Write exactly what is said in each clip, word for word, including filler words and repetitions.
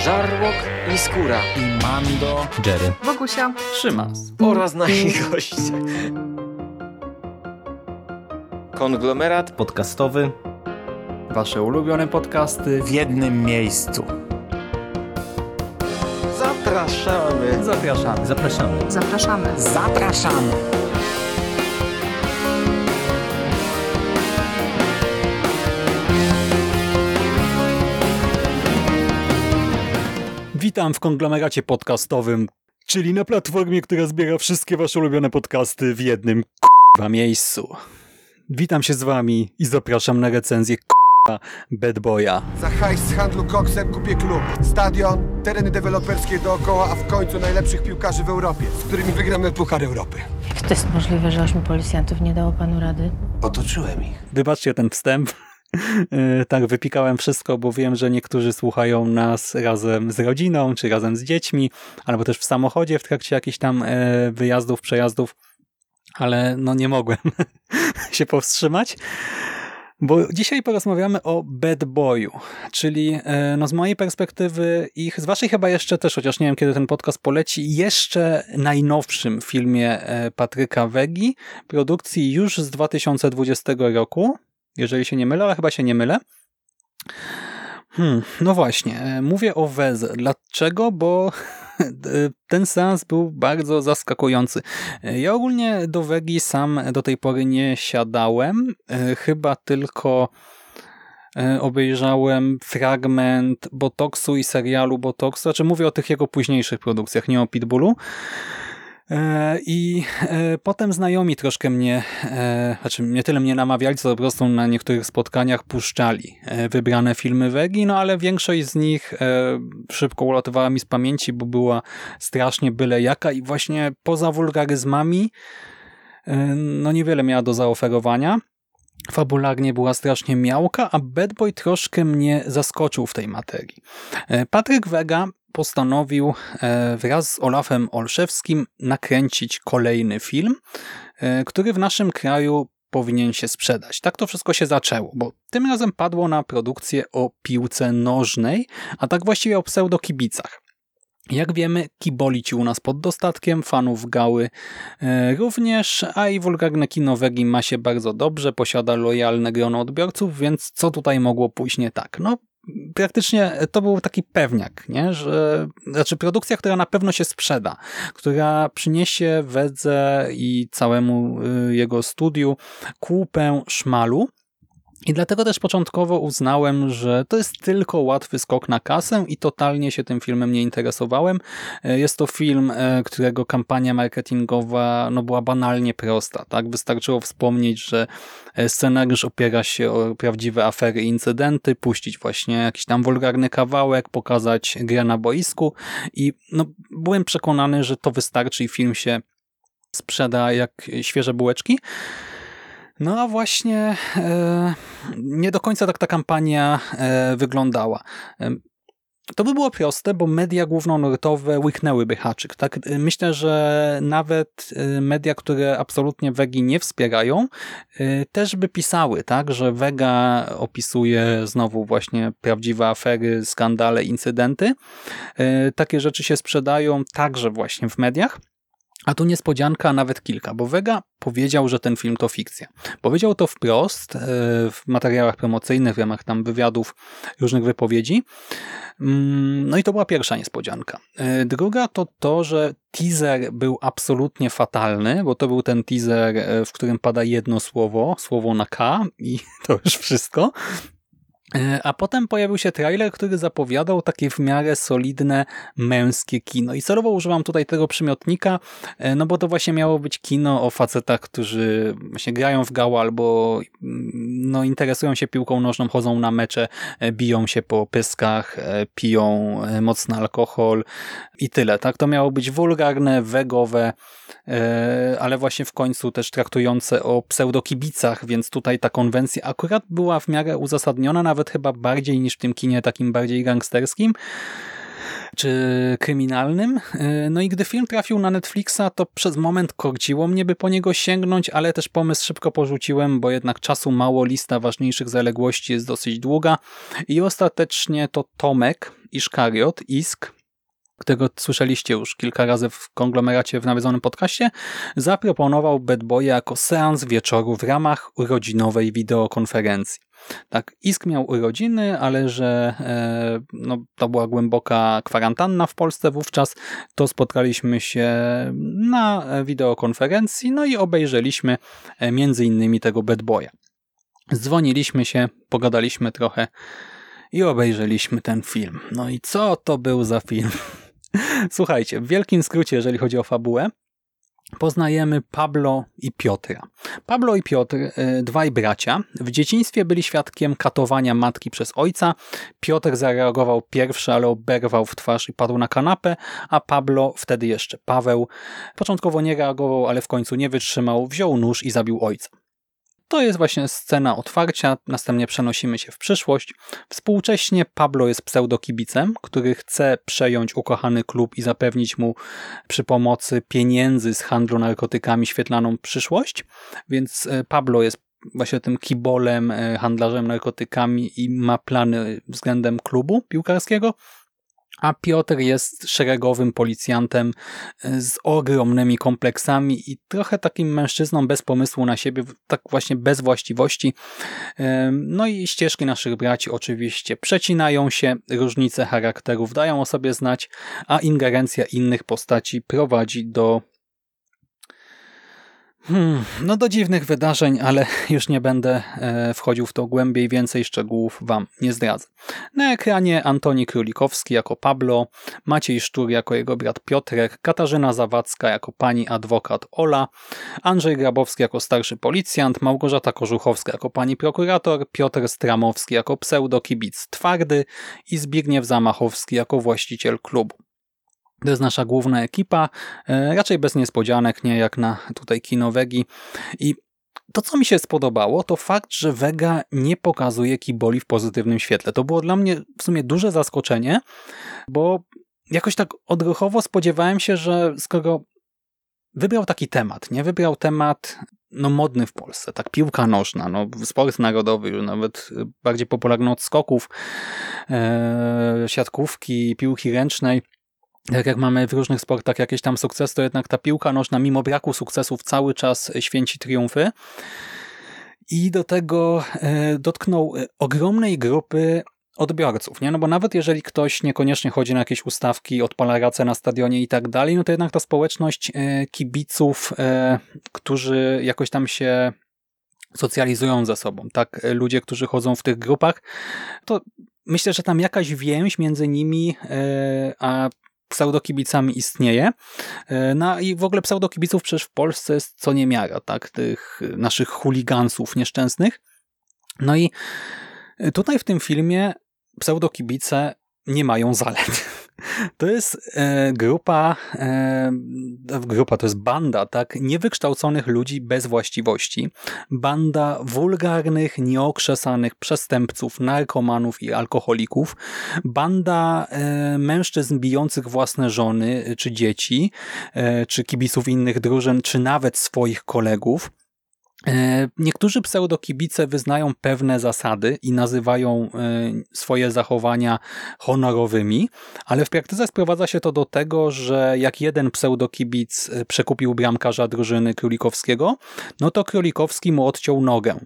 Żarłok i Skóra i Mando, Jerry, Wokusia, Szymas oraz nasi goście. Konglomerat podcastowy. Wasze ulubione podcasty w jednym miejscu. Zapraszamy. Zapraszamy. Zapraszamy. zapraszamy. Zapraszamy. Witam w konglomeracie podcastowym, czyli na platformie, która zbiera wszystkie wasze ulubione podcasty w jednym k***a miejscu. Witam się z wami i zapraszam na recenzję k***a Bad Boya. Za hajs z handlu koksem kupię klub, stadion, tereny deweloperskie dookoła, a w końcu najlepszych piłkarzy w Europie, z którymi wygramy Puchar Europy. Jak to jest możliwe, że ośmiu policjantów nie dało panu rady? Otoczyłem ich. Wybaczcie ten wstęp. Tak, wypikałem wszystko, bo wiem, że niektórzy słuchają nas razem z rodziną, czy razem z dziećmi, albo też w samochodzie w trakcie jakichś tam wyjazdów, przejazdów, ale no nie mogłem się powstrzymać, bo dzisiaj porozmawiamy o Bad Boyu, czyli no z mojej perspektywy i z waszej chyba jeszcze też, chociaż nie wiem kiedy ten podcast poleci, jeszcze najnowszym filmie Patryka Wegi, produkcji już z dwa tysiące dwudziestego roku, jeżeli się nie mylę, ale chyba się nie mylę. Hmm, no właśnie, mówię o Wedze. Dlaczego? Bo ten seans był bardzo zaskakujący. Ja ogólnie do Wegi sam do tej pory nie siadałem. Chyba tylko obejrzałem fragment Botoksu i serialu Botox. Znaczy mówię o tych jego późniejszych produkcjach, nie o Pitbullu. I potem znajomi troszkę mnie, znaczy nie tyle mnie namawiali, co po prostu na niektórych spotkaniach puszczali wybrane filmy Wegi, no ale większość z nich szybko ulatowała mi z pamięci, bo była strasznie byle jaka i właśnie poza wulgaryzmami no niewiele miała do zaoferowania. Fabularnie była strasznie miałka, a Bad Boy troszkę mnie zaskoczył w tej materii. Patryk Wega postanowił wraz z Olafem Olszewskim nakręcić kolejny film, który w naszym kraju powinien się sprzedać. Tak to wszystko się zaczęło, bo tym razem padło na produkcję o piłce nożnej, a tak właściwie o pseudokibicach. Jak wiemy, kiboli ci u nas pod dostatkiem, fanów gały również, a i wulgarne kino Wegi ma się bardzo dobrze, posiada lojalne grono odbiorców, więc co tutaj mogło pójść nie tak? No, praktycznie to był taki pewniak, nie? Że, znaczy produkcja, która na pewno się sprzeda, która przyniesie Wedze i całemu jego studiu kupę szmalu. I dlatego też początkowo uznałem, że to jest tylko łatwy skok na kasę i totalnie się tym filmem nie interesowałem. Jest to film, którego kampania marketingowa no, była banalnie prosta. Tak? Wystarczyło wspomnieć, że scenariusz opiera się o prawdziwe afery i incydenty, puścić właśnie jakiś tam wulgarny kawałek, pokazać grę na boisku i no, byłem przekonany, że to wystarczy i film się sprzeda jak świeże bułeczki. No a właśnie e, nie do końca tak ta kampania e, wyglądała. E, to by było proste, bo media głównonurtowe łyknęłyby haczyk. Tak? Myślę, że nawet media, które absolutnie Wegi nie wspierają, e, też by pisały, tak, że Wega opisuje znowu właśnie prawdziwe afery, skandale, incydenty. E, takie rzeczy się sprzedają także właśnie w mediach. A tu niespodzianka, nawet kilka, bo Wega powiedział, że ten film to fikcja. Powiedział to wprost w materiałach promocyjnych, w ramach tam wywiadów, różnych wypowiedzi. No i to była pierwsza niespodzianka. Druga to to, że teaser był absolutnie fatalny, bo to był ten teaser, w którym pada jedno słowo, słowo na K i to już wszystko. A potem pojawił się trailer, który zapowiadał takie w miarę solidne męskie kino. I celowo używam tutaj tego przymiotnika, no bo to właśnie miało być kino o facetach, którzy właśnie grają w gała albo no, interesują się piłką nożną, chodzą na mecze, biją się po pyskach, piją mocny alkohol i tyle. Tak? To miało być wulgarne, wegowe, ale właśnie w końcu też traktujące o pseudokibicach, więc tutaj ta konwencja akurat była w miarę uzasadniona, nawet chyba bardziej niż w tym kinie takim bardziej gangsterskim. czy kryminalnym. No i gdy film trafił na Netflixa, to przez moment korciło mnie, by po niego sięgnąć, ale też pomysł szybko porzuciłem, bo jednak czasu mało, lista ważniejszych zaległości jest dosyć długa i ostatecznie to Tomek Iszkariot, Isk, którego słyszeliście już kilka razy w konglomeracie w nawiedzonym podcaście, zaproponował Bad Boya jako seans wieczoru w ramach urodzinowej wideokonferencji. Tak, Isk miał urodziny, ale że e, no, to była głęboka kwarantanna w Polsce wówczas, to spotkaliśmy się na wideokonferencji, no i obejrzeliśmy e, między innymi tego Bad Boya. Dzwoniliśmy się, pogadaliśmy trochę i obejrzeliśmy ten film. No i co to był za film? Słuchajcie, w wielkim skrócie, jeżeli chodzi o fabułę, poznajemy Pablo i Piotra. Pablo i Piotr, dwaj bracia, w dzieciństwie byli świadkiem katowania matki przez ojca. Piotr zareagował pierwszy, ale oberwał w twarz i padł na kanapę, a Pablo, wtedy jeszcze Paweł, początkowo nie reagował, ale w końcu nie wytrzymał, wziął nóż i zabił ojca. To jest właśnie scena otwarcia, następnie przenosimy się w przyszłość. Współcześnie Pablo jest pseudokibicem, który chce przejąć ukochany klub i zapewnić mu przy pomocy pieniędzy z handlu narkotykami świetlaną przyszłość, więc Pablo jest właśnie tym kibolem, handlarzem narkotykami i ma plany względem klubu piłkarskiego, a Piotr jest szeregowym policjantem z ogromnymi kompleksami i trochę takim mężczyzną bez pomysłu na siebie, tak właśnie bez właściwości. No i ścieżki naszych braci oczywiście przecinają się, różnice charakterów dają o sobie znać, a ingerencja innych postaci prowadzi do Hmm, no do dziwnych wydarzeń, ale już nie będę e, wchodził w to głębiej, więcej szczegółów wam nie zdradzę. Na ekranie Antoni Królikowski jako Pablo, Maciej Sztur jako jego brat Piotrek, Katarzyna Zawadzka jako pani adwokat Ola, Andrzej Grabowski jako starszy policjant, Małgorzata Kożuchowska jako pani prokurator, Piotr Stramowski jako pseudokibic Twardy i Zbigniew Zamachowski jako właściciel klubu. To jest nasza główna ekipa, raczej bez niespodzianek, nie jak na tutaj kino Wegi. I to, co mi się spodobało, to fakt, że Wega nie pokazuje kiboli w pozytywnym świetle. To było dla mnie w sumie duże zaskoczenie, bo jakoś tak odruchowo spodziewałem się, że skoro wybrał taki temat, nie wybrał temat no modny w Polsce, tak piłka nożna, no sport narodowy, już nawet bardziej popularny od skoków, e, siatkówki, piłki ręcznej. Tak jak mamy w różnych sportach jakieś tam sukces, to jednak ta piłka nożna mimo braku sukcesów cały czas święci triumfy. I do tego e, dotknął ogromnej grupy odbiorców, nie? No bo nawet jeżeli ktoś niekoniecznie chodzi na jakieś ustawki, odpala racę na stadionie i tak dalej, no to jednak ta społeczność e, kibiców, e, którzy jakoś tam się socjalizują ze sobą, tak? Ludzie, którzy chodzą w tych grupach, to myślę, że tam jakaś więź między nimi e, a pseudokibicami istnieje. No i w ogóle pseudokibiców przecież w Polsce jest co niemiara, tak? Tych naszych chuligansów nieszczęsnych. No i tutaj w tym filmie pseudokibice nie mają zalet. To jest e, grupa, e, grupa to jest banda, tak, niewykształconych ludzi bez właściwości. Banda wulgarnych, nieokrzesanych przestępców, narkomanów i alkoholików. Banda e, mężczyzn bijących własne żony czy dzieci, e, czy kibiców innych drużyn, czy nawet swoich kolegów. Niektórzy pseudokibice wyznają pewne zasady i nazywają swoje zachowania honorowymi, ale w praktyce sprowadza się to do tego, że jak jeden pseudokibic przekupił bramkarza drużyny Królikowskiego, no to Królikowski mu odciął nogę.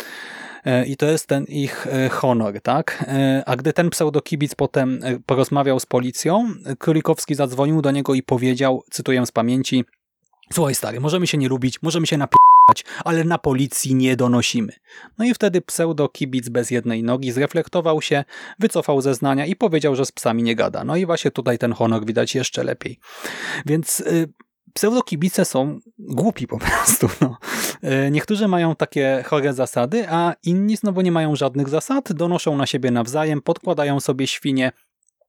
I to jest ten ich honor, tak? A gdy ten pseudokibic potem porozmawiał z policją, Królikowski zadzwonił do niego i powiedział, cytuję z pamięci: słuchaj stary, możemy się nie lubić, możemy się napi***ać, ale na policji nie donosimy. No i wtedy pseudokibic bez jednej nogi zreflektował się, wycofał zeznania i powiedział, że z psami nie gada. No i właśnie tutaj ten honor widać jeszcze lepiej. Więc y, pseudokibice są głupi po prostu. No. Y, niektórzy mają takie chore zasady, a inni znowu nie mają żadnych zasad, donoszą na siebie nawzajem, podkładają sobie świnie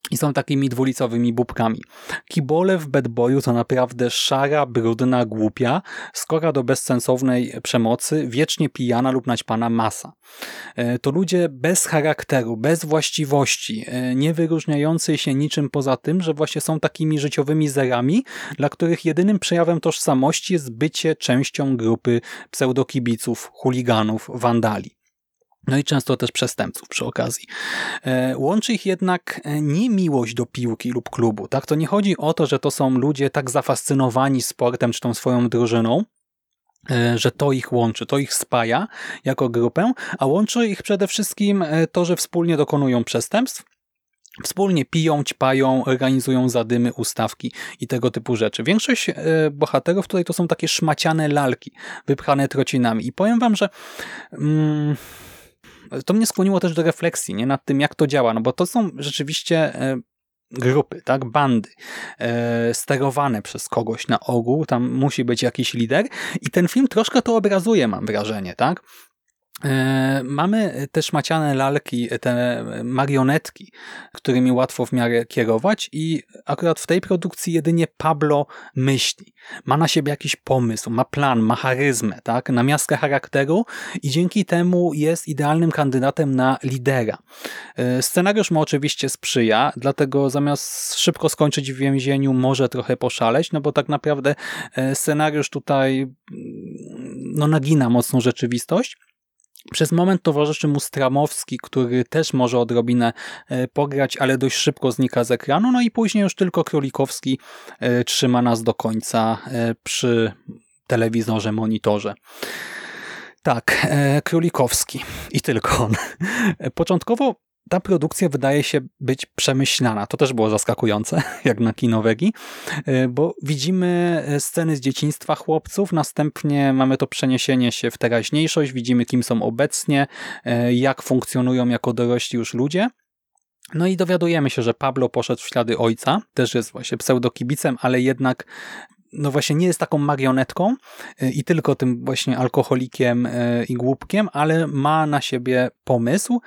i są takimi dwulicowymi bubkami. Kibole w Bad Boyu to naprawdę szara, brudna, głupia, skora do bezsensownej przemocy, wiecznie pijana lub naćpana masa. To ludzie bez charakteru, bez właściwości, nie wyróżniający się niczym poza tym, że właśnie są takimi życiowymi zerami, dla których jedynym przejawem tożsamości jest bycie częścią grupy pseudokibiców, chuliganów, wandali. No i często też przestępców przy okazji. Łączy ich jednak nie miłość do piłki lub klubu. Tak? To nie chodzi o to, że to są ludzie tak zafascynowani sportem czy tą swoją drużyną, że to ich łączy, to ich spaja jako grupę, a łączy ich przede wszystkim to, że wspólnie dokonują przestępstw, wspólnie piją, ćpają, organizują zadymy, ustawki i tego typu rzeczy. Większość bohaterów tutaj to są takie szmaciane lalki, wypchane trocinami. I powiem wam, że mm, to mnie skłoniło też do refleksji, nie, nad tym, jak to działa, no bo to są rzeczywiście e, grupy, tak, bandy e, sterowane przez kogoś na ogół, tam musi być jakiś lider i ten film troszkę to obrazuje, mam wrażenie, tak. E, mamy te szmaciane lalki, te marionetki, którymi łatwo w miarę kierować i akurat w tej produkcji jedynie Pablo myśli. Ma na siebie jakiś pomysł, ma plan, ma charyzmę, tak? Namiastkę charakteru i dzięki temu jest idealnym kandydatem na lidera. E, scenariusz mu oczywiście sprzyja, dlatego zamiast szybko skończyć w więzieniu może trochę poszaleć, no bo tak naprawdę e, scenariusz tutaj no, nagina mocno rzeczywistość. Przez moment towarzyszy mu Stramowski, który też może odrobinę pograć, ale dość szybko znika z ekranu, no i później już tylko Królikowski trzyma nas do końca przy telewizorze, monitorze. Tak, Królikowski i tylko on. Początkowo ta produkcja wydaje się być przemyślana. To też było zaskakujące, jak na kino Wegi, bo widzimy sceny z dzieciństwa chłopców, następnie mamy to przeniesienie się w teraźniejszość, widzimy kim są obecnie, jak funkcjonują jako dorośli już ludzie. No i dowiadujemy się, że Pablo poszedł w ślady ojca, też jest właśnie pseudokibicem, ale jednak no właśnie nie jest taką marionetką i tylko tym właśnie alkoholikiem i głupkiem, ale ma na siebie pomysł,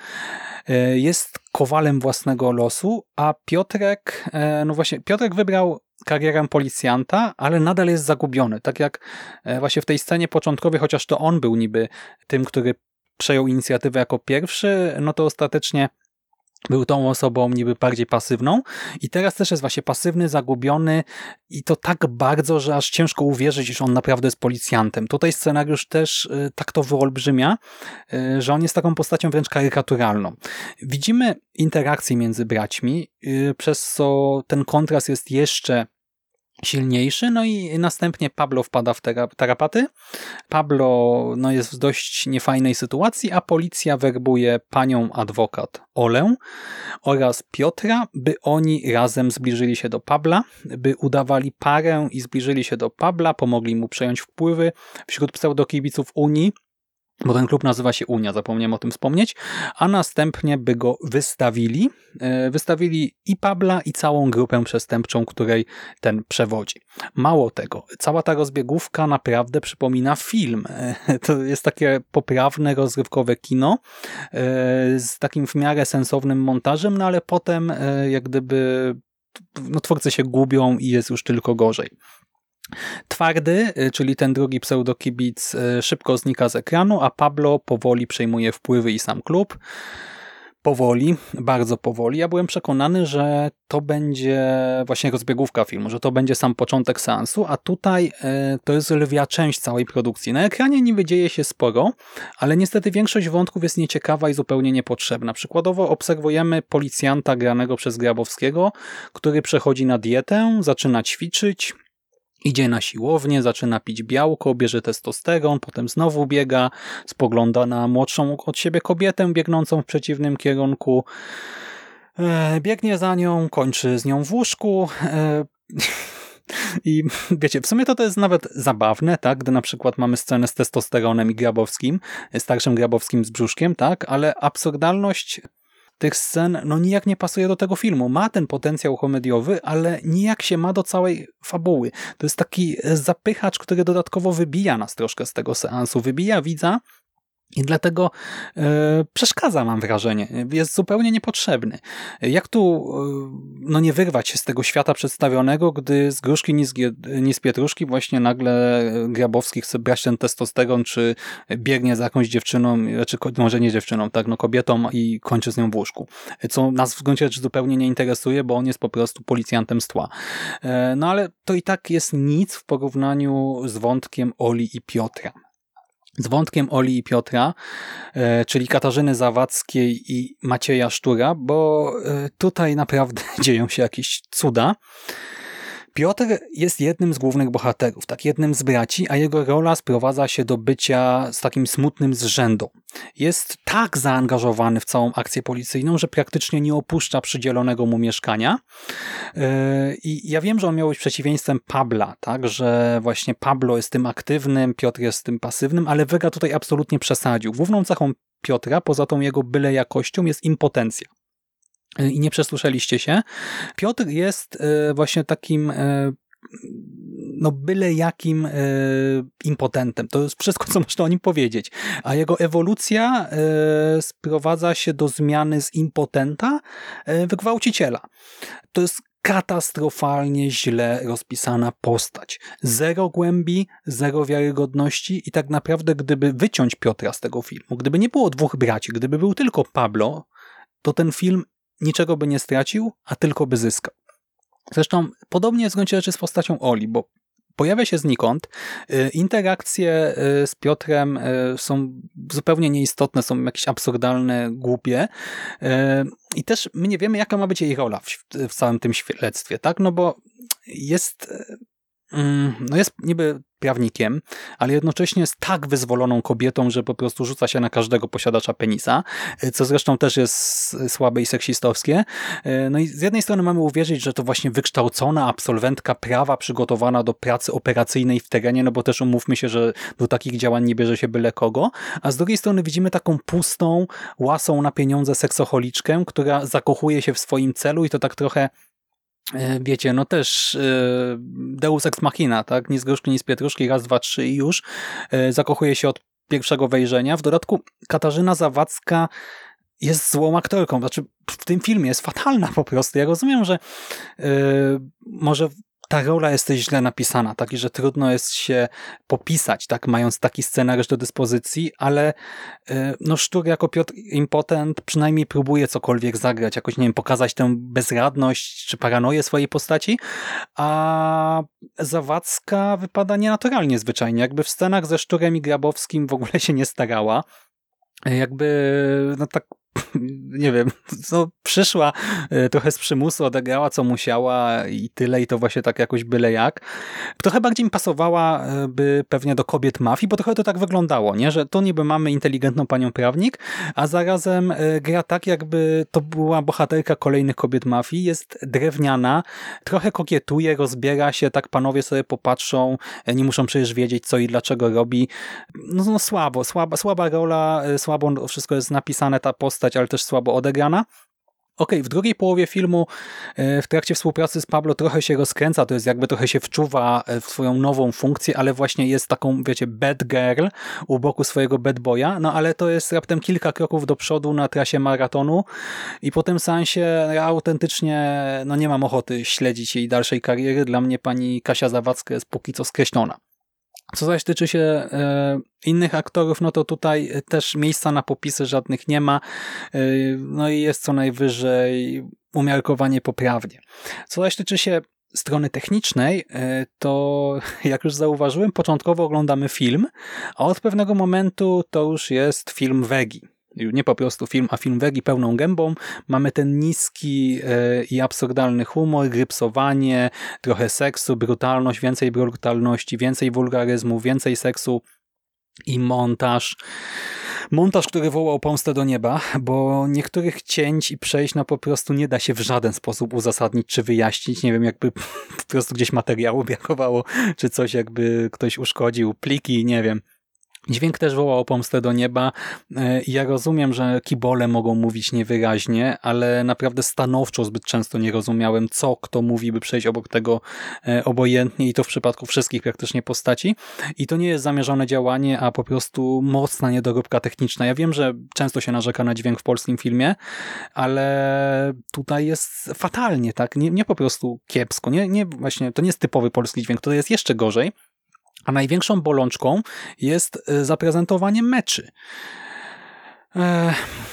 jest kowalem własnego losu, a Piotrek, no właśnie Piotrek wybrał karierę policjanta, ale nadal jest zagubiony, tak jak właśnie w tej scenie początkowej, chociaż to on był niby tym, który przejął inicjatywę jako pierwszy, no to ostatecznie był tą osobą niby bardziej pasywną i teraz też jest właśnie pasywny, zagubiony i to tak bardzo, że aż ciężko uwierzyć, że on naprawdę jest policjantem. Tutaj scenariusz też y, tak to wyolbrzymia, y, że on jest taką postacią wręcz karykaturalną. Widzimy interakcje między braćmi, y, przez co ten kontrast jest jeszcze silniejszy, no i następnie Pablo wpada w tarapaty. Pablo no, jest w dość niefajnej sytuacji, a policja werbuje panią adwokat Olę oraz Piotra, by oni razem zbliżyli się do Pabla, by udawali parę i zbliżyli się do Pabla, pomogli mu przejąć wpływy wśród pseudokibiców Unii, bo ten klub nazywa się Unia, zapomniałem o tym wspomnieć, a następnie by go wystawili. Wystawili i Pabla, i całą grupę przestępczą, której ten przewodzi. Mało tego, cała ta rozbiegówka naprawdę przypomina film. To jest takie poprawne, rozrywkowe kino z takim w miarę sensownym montażem, no ale potem jak gdyby no, twórcy się gubią i jest już tylko gorzej. Twardy, czyli ten drugi pseudokibic, szybko znika z ekranu, a Pablo powoli przejmuje wpływy i sam klub. Powoli, bardzo powoli. Ja byłem przekonany, że to będzie właśnie rozbiegówka filmu, że to będzie sam początek seansu, a tutaj to jest lwia część całej produkcji. Na ekranie niby dzieje się sporo, ale niestety większość wątków jest nieciekawa i zupełnie niepotrzebna. Przykładowo obserwujemy policjanta granego przez Grabowskiego, który przechodzi na dietę, zaczyna ćwiczyć, idzie na siłownię, zaczyna pić białko, bierze testosteron, potem znowu biega, spogląda na młodszą od siebie kobietę biegnącą w przeciwnym kierunku, e, biegnie za nią, kończy z nią w łóżku. E, I wiecie, w sumie to, to jest nawet zabawne, tak, gdy na przykład mamy scenę z testosteronem i Grabowskim, starszym Grabowskim z brzuszkiem, tak, ale absurdalność tych scen no nijak nie pasuje do tego filmu. Ma ten potencjał komediowy, ale nijak się ma do całej fabuły. To jest taki zapychacz, który dodatkowo wybija nas troszkę z tego seansu. Wybija widza I dlatego e, przeszkadza, mam wrażenie. Jest zupełnie niepotrzebny. Jak tu e, no nie wyrwać się z tego świata przedstawionego, gdy z gruszki ni z, ni z pietruszki właśnie nagle Grabowski chce brać ten testosteron, czy biegnie za jakąś dziewczyną, czy może nie dziewczyną, tak, no kobietą i kończy z nią w łóżku. Co nas w gruncie rzeczy zupełnie nie interesuje, bo on jest po prostu policjantem z tła. E, no ale to i tak jest nic w porównaniu z wątkiem Oli i Piotra. Z wątkiem Oli i Piotra, e, czyli Katarzyny Zawadzkiej i Macieja Sztura, bo e, tutaj naprawdę dzieją się jakieś cuda. Piotr jest jednym z głównych bohaterów, tak, jednym z braci, a jego rola sprowadza się do bycia z takim smutnym zrzędą. Jest tak zaangażowany w całą akcję policyjną, że praktycznie nie opuszcza przydzielonego mu mieszkania. Yy, I ja wiem, że on miał być przeciwieństwem Pabla, tak, że właśnie Pablo jest tym aktywnym, Piotr jest tym pasywnym, ale Wyga tutaj absolutnie przesadził. Główną cechą Piotra, poza tą jego byle jakością, jest impotencja. I nie przesłyszeliście się. Piotr jest e, właśnie takim e, no byle jakim e, impotentem. To jest wszystko, co można o nim powiedzieć. A jego ewolucja e, sprowadza się do zmiany z impotenta e, w gwałciciela. To jest katastrofalnie źle rozpisana postać. Zero głębi, zero wiarygodności i tak naprawdę gdyby wyciąć Piotra z tego filmu, gdyby nie było dwóch braci, gdyby był tylko Pablo, to ten film niczego by nie stracił, a tylko by zyskał. Zresztą podobnie jest w gruncie rzeczy z postacią Oli, bo pojawia się znikąd, interakcje z Piotrem są zupełnie nieistotne, są jakieś absurdalne, głupie i też my nie wiemy, jaka ma być jej rola w, w całym tym śledztwie, tak? No bo jest... no jest niby prawnikiem, ale jednocześnie jest tak wyzwoloną kobietą, że po prostu rzuca się na każdego posiadacza penisa, co zresztą też jest słabe i seksistowskie. No i z jednej strony mamy uwierzyć, że to właśnie wykształcona absolwentka prawa przygotowana do pracy operacyjnej w terenie, no bo też umówmy się, że do takich działań nie bierze się byle kogo, a z drugiej strony widzimy taką pustą, łasą na pieniądze seksocholiczkę, która zakochuje się w swoim celu i to tak trochę wiecie, no też Deus Ex Machina, tak? Ni z gruszki, ni z pietruszki, raz, dwa, trzy i już. Zakochuje się od pierwszego wejrzenia. W dodatku Katarzyna Zawadzka jest złą aktorką. Znaczy w tym filmie jest fatalna po prostu. Ja rozumiem, że yy, może ta rola jest też źle napisana, tak, i że trudno jest się popisać, tak, mając taki scenariusz do dyspozycji, ale no Sztur jako Piotr Impotent przynajmniej próbuje cokolwiek zagrać, jakoś, nie wiem, pokazać tę bezradność czy paranoję swojej postaci, a Zawadzka wypada nienaturalnie zwyczajnie, jakby w scenach ze Szturem i Grabowskim w ogóle się nie starała, jakby, no tak, nie wiem, no przyszła trochę z przymusu, odegrała co musiała i tyle, i to właśnie tak jakoś byle jak. Trochę bardziej mi pasowała by pewnie do Kobiet Mafii, bo trochę to tak wyglądało, nie? Że to niby mamy inteligentną panią prawnik, a zarazem gra tak, jakby to była bohaterka kolejnych Kobiet Mafii, jest drewniana, trochę kokietuje, rozbiera się, tak panowie sobie popatrzą, nie muszą przecież wiedzieć, co i dlaczego robi. No, no słabo, słaba, słaba rola, słabo wszystko jest napisane, ta postać, ale też słabo odegrana. Okej, okay, w drugiej połowie filmu w trakcie współpracy z Pablo trochę się rozkręca, to jest jakby trochę się wczuwa w swoją nową funkcję, ale właśnie jest taką, wiecie, bad girl u boku swojego bad boya, no ale to jest raptem kilka kroków do przodu na trasie maratonu i po tym seansie ja autentycznie no nie mam ochoty śledzić jej dalszej kariery. Dla mnie pani Kasia Zawadzka jest póki co skreślona. Co zaś tyczy się e, innych aktorów, no to tutaj też miejsca na popisy żadnych nie ma, e, no i jest co najwyżej umiarkowanie poprawnie. Co zaś tyczy się strony technicznej, e, to jak już zauważyłem, początkowo oglądamy film, a od pewnego momentu to już jest film Wegi. Nie po prostu film, a film Wegi pełną gębą. Mamy ten niski e, i absurdalny humor, grypsowanie, trochę seksu, brutalność, więcej brutalności, więcej wulgaryzmu, więcej seksu i montaż. Montaż, który wołał pomstę do nieba, bo niektórych cięć i przejść no po prostu nie da się w żaden sposób uzasadnić czy wyjaśnić. Nie wiem, jakby po prostu gdzieś materiału brakowało, czy coś jakby ktoś uszkodził, pliki, nie wiem. Dźwięk też woła o pomstę do nieba i ja rozumiem, że kibole mogą mówić niewyraźnie, ale naprawdę stanowczo zbyt często nie rozumiałem, co kto mówi, by przejść obok tego obojętnie i to w przypadku wszystkich praktycznie postaci. I to nie jest zamierzone działanie, a po prostu mocna niedoróbka techniczna. Ja wiem, że często się narzeka na dźwięk w polskim filmie, ale tutaj jest fatalnie, tak? Nie, nie po prostu kiepsko. Nie, nie, właśnie, to nie jest typowy polski dźwięk, to jest jeszcze gorzej. A największą bolączką jest zaprezentowanie meczy. Eee,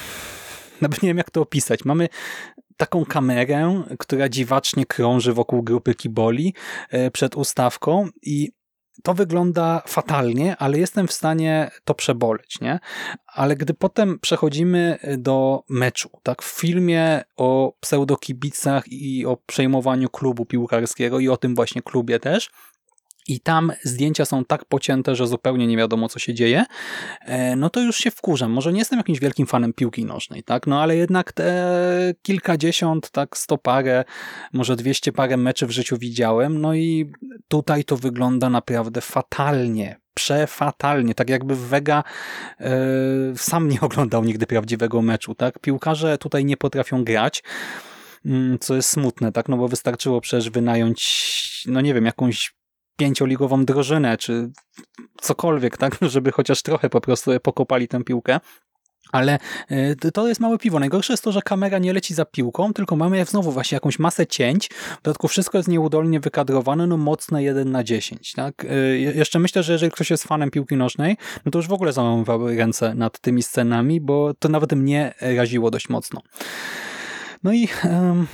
nawet nie wiem, jak to opisać. Mamy taką kamerę, która dziwacznie krąży wokół grupy kiboli e, przed ustawką i to wygląda fatalnie, ale jestem w stanie to przeboleć, nie? Ale gdy potem przechodzimy do meczu, tak, w filmie o pseudokibicach i o przejmowaniu klubu piłkarskiego i o tym właśnie klubie też, i tam zdjęcia są tak pocięte, że zupełnie nie wiadomo, co się dzieje, no to już się wkurzam. Może nie jestem jakimś wielkim fanem piłki nożnej, tak? No ale jednak te kilkadziesiąt, tak sto parę, może dwieście parę meczy w życiu widziałem, no i tutaj to wygląda naprawdę fatalnie. Przefatalnie, tak jakby Vega e, sam nie oglądał nigdy prawdziwego meczu, tak? Piłkarze tutaj nie potrafią grać, co jest smutne, tak? No bo wystarczyło przecież wynająć, no nie wiem, jakąś pięcioligową drużynę, czy cokolwiek, tak, żeby chociaż trochę po prostu pokopali tę piłkę. Ale to jest małe piwo. Najgorsze jest to, że kamera nie leci za piłką, tylko mamy znowu właśnie jakąś masę cięć. W dodatku wszystko jest nieudolnie wykadrowane, no mocne jeden na dziesięć. Tak? Jeszcze myślę, że jeżeli ktoś jest fanem piłki nożnej, no to już w ogóle załamywały ręce nad tymi scenami, bo to nawet mnie raziło dość mocno. No i... Um...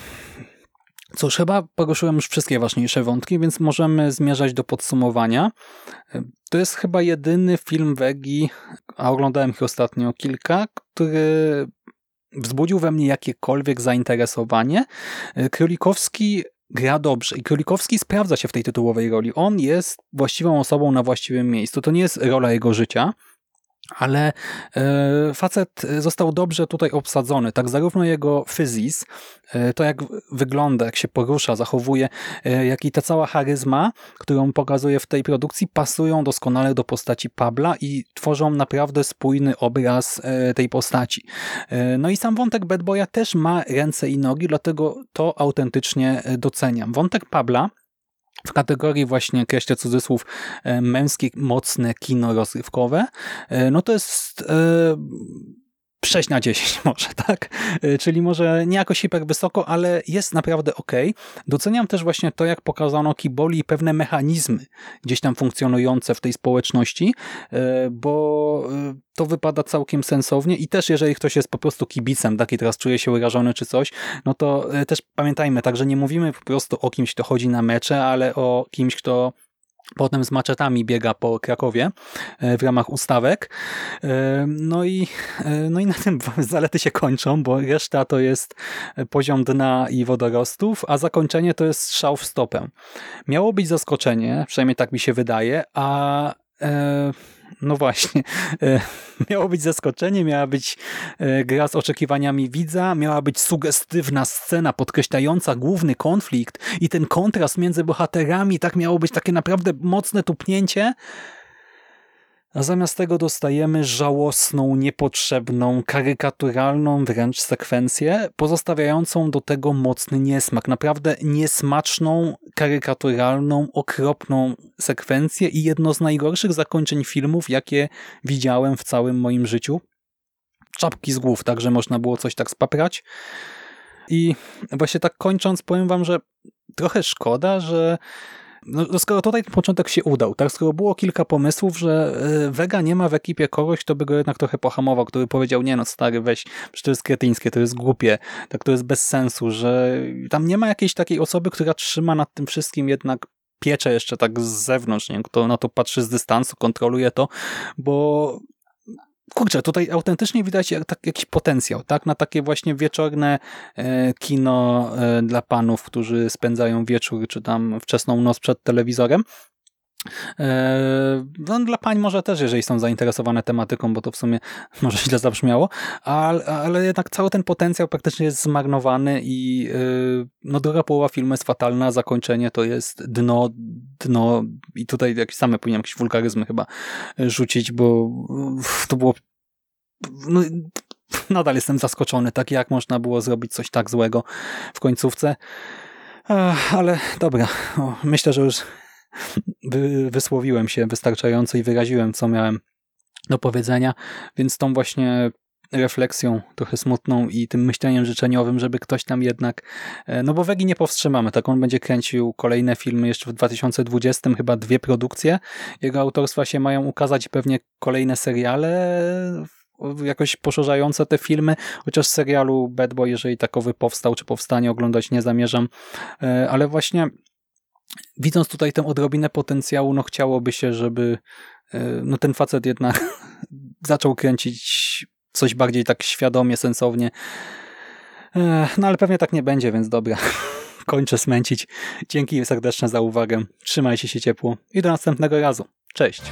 Cóż, chyba poruszyłem już wszystkie ważniejsze wątki, więc możemy zmierzać do podsumowania. To jest chyba jedyny film Vegi, a oglądałem ich ostatnio kilka, który wzbudził we mnie jakiekolwiek zainteresowanie. Królikowski gra dobrze i Królikowski sprawdza się w tej tytułowej roli. On jest właściwą osobą na właściwym miejscu. To nie jest rola jego życia, ale e, facet został dobrze tutaj obsadzony, tak zarówno jego fyzis, e, to jak wygląda, jak się porusza, zachowuje, e, jak i ta cała charyzma, którą pokazuje w tej produkcji, pasują doskonale do postaci Pabla i tworzą naprawdę spójny obraz e, tej postaci. E, no i sam wątek Bad Boya też ma ręce i nogi, dlatego to autentycznie doceniam. Wątek Pabla w kategorii właśnie, kreślę cudzysłów, męskie, mocne kino rozrywkowe, no to jest e, sześć na dziesięć może, tak? Czyli może nie jakoś hiper wysoko, ale jest naprawdę okej. Doceniam też właśnie to, jak pokazano kiboli i pewne mechanizmy gdzieś tam funkcjonujące w tej społeczności, bo to wypada całkiem sensownie i też jeżeli ktoś jest po prostu kibicem, tak, i teraz czuje się urażony czy coś, no to też pamiętajmy, tak, że nie mówimy po prostu o kimś, kto chodzi na mecze, ale o kimś, kto potem z maczetami biega po Krakowie w ramach ustawek. No i, no i na tym zalety się kończą, bo reszta to jest poziom dna i wodorostów, a zakończenie to jest strzał w stopę. Miało być zaskoczenie, przynajmniej tak mi się wydaje, a e, no właśnie, e, miało być zaskoczenie, miała być e, gra z oczekiwaniami widza, miała być sugestywna scena podkreślająca główny konflikt i ten kontrast między bohaterami, tak miało być takie naprawdę mocne tupnięcie, a zamiast tego dostajemy żałosną, niepotrzebną, karykaturalną wręcz sekwencję, pozostawiającą do tego mocny niesmak. Naprawdę niesmaczną, karykaturalną, okropną sekwencję i jedno z najgorszych zakończeń filmów, jakie widziałem w całym moim życiu. Czapki z głów, tak, że można było coś tak spaprać. I właśnie tak kończąc, powiem wam, że trochę szkoda, że no, skoro tutaj ten początek się udał, tak, skoro było kilka pomysłów, że Vega nie ma w ekipie kogoś, kto by go jednak trochę pohamował, który powiedział, nie no stary, weź, przecież to jest kretyńskie, to jest głupie, tak, to jest bez sensu, że tam nie ma jakiejś takiej osoby, która trzyma nad tym wszystkim jednak pieczę jeszcze tak z zewnątrz, nie? Kto na to patrzy z dystansu, kontroluje to, bo kurczę, tutaj autentycznie widać jak, tak, jakiś potencjał, tak, na takie właśnie wieczorne e, kino e, dla panów, którzy spędzają wieczór, czy tam wczesną noc przed telewizorem. Eee, no, dla pań może też, jeżeli są zainteresowane tematyką, bo to w sumie może źle zabrzmiało, ale, ale jednak cały ten potencjał praktycznie jest zmarnowany i yy, no druga połowa filmu jest fatalna, zakończenie to jest dno, dno i tutaj jakieś same powinienem jakieś wulgaryzmy chyba rzucić, bo uff, to było no, nadal jestem zaskoczony, tak jak można było zrobić coś tak złego w końcówce. Ech, ale dobra, o, myślę, że już wy, wysłowiłem się wystarczająco i wyraziłem, co miałem do powiedzenia, więc tą właśnie refleksją trochę smutną i tym myśleniem życzeniowym, żeby ktoś tam jednak, no bo Wegi nie powstrzymamy, tak on będzie kręcił kolejne filmy jeszcze w dwa tysiące dwudziestym, chyba dwie produkcje jego autorstwa się mają ukazać i pewnie kolejne seriale jakoś poszerzające te filmy, chociaż serialu Bad Boy, jeżeli takowy powstał, czy powstanie, oglądać nie zamierzam, ale właśnie widząc tutaj tę odrobinę potencjału, no chciałoby się, żeby no ten facet jednak zaczął kręcić coś bardziej tak świadomie, sensownie. No ale pewnie tak nie będzie, więc dobra. Kończę smęcić. Dzięki serdeczne za uwagę. Trzymajcie się ciepło i do następnego razu. Cześć.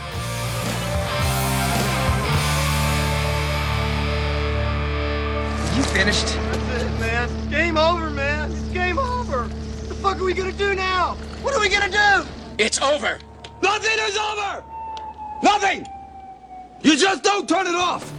You finished? That's it, man. Game over, man. It's game over. What the fuck are we gonna do now? What are we gonna do? It's over. Nothing is over! Nothing! You just don't turn it off!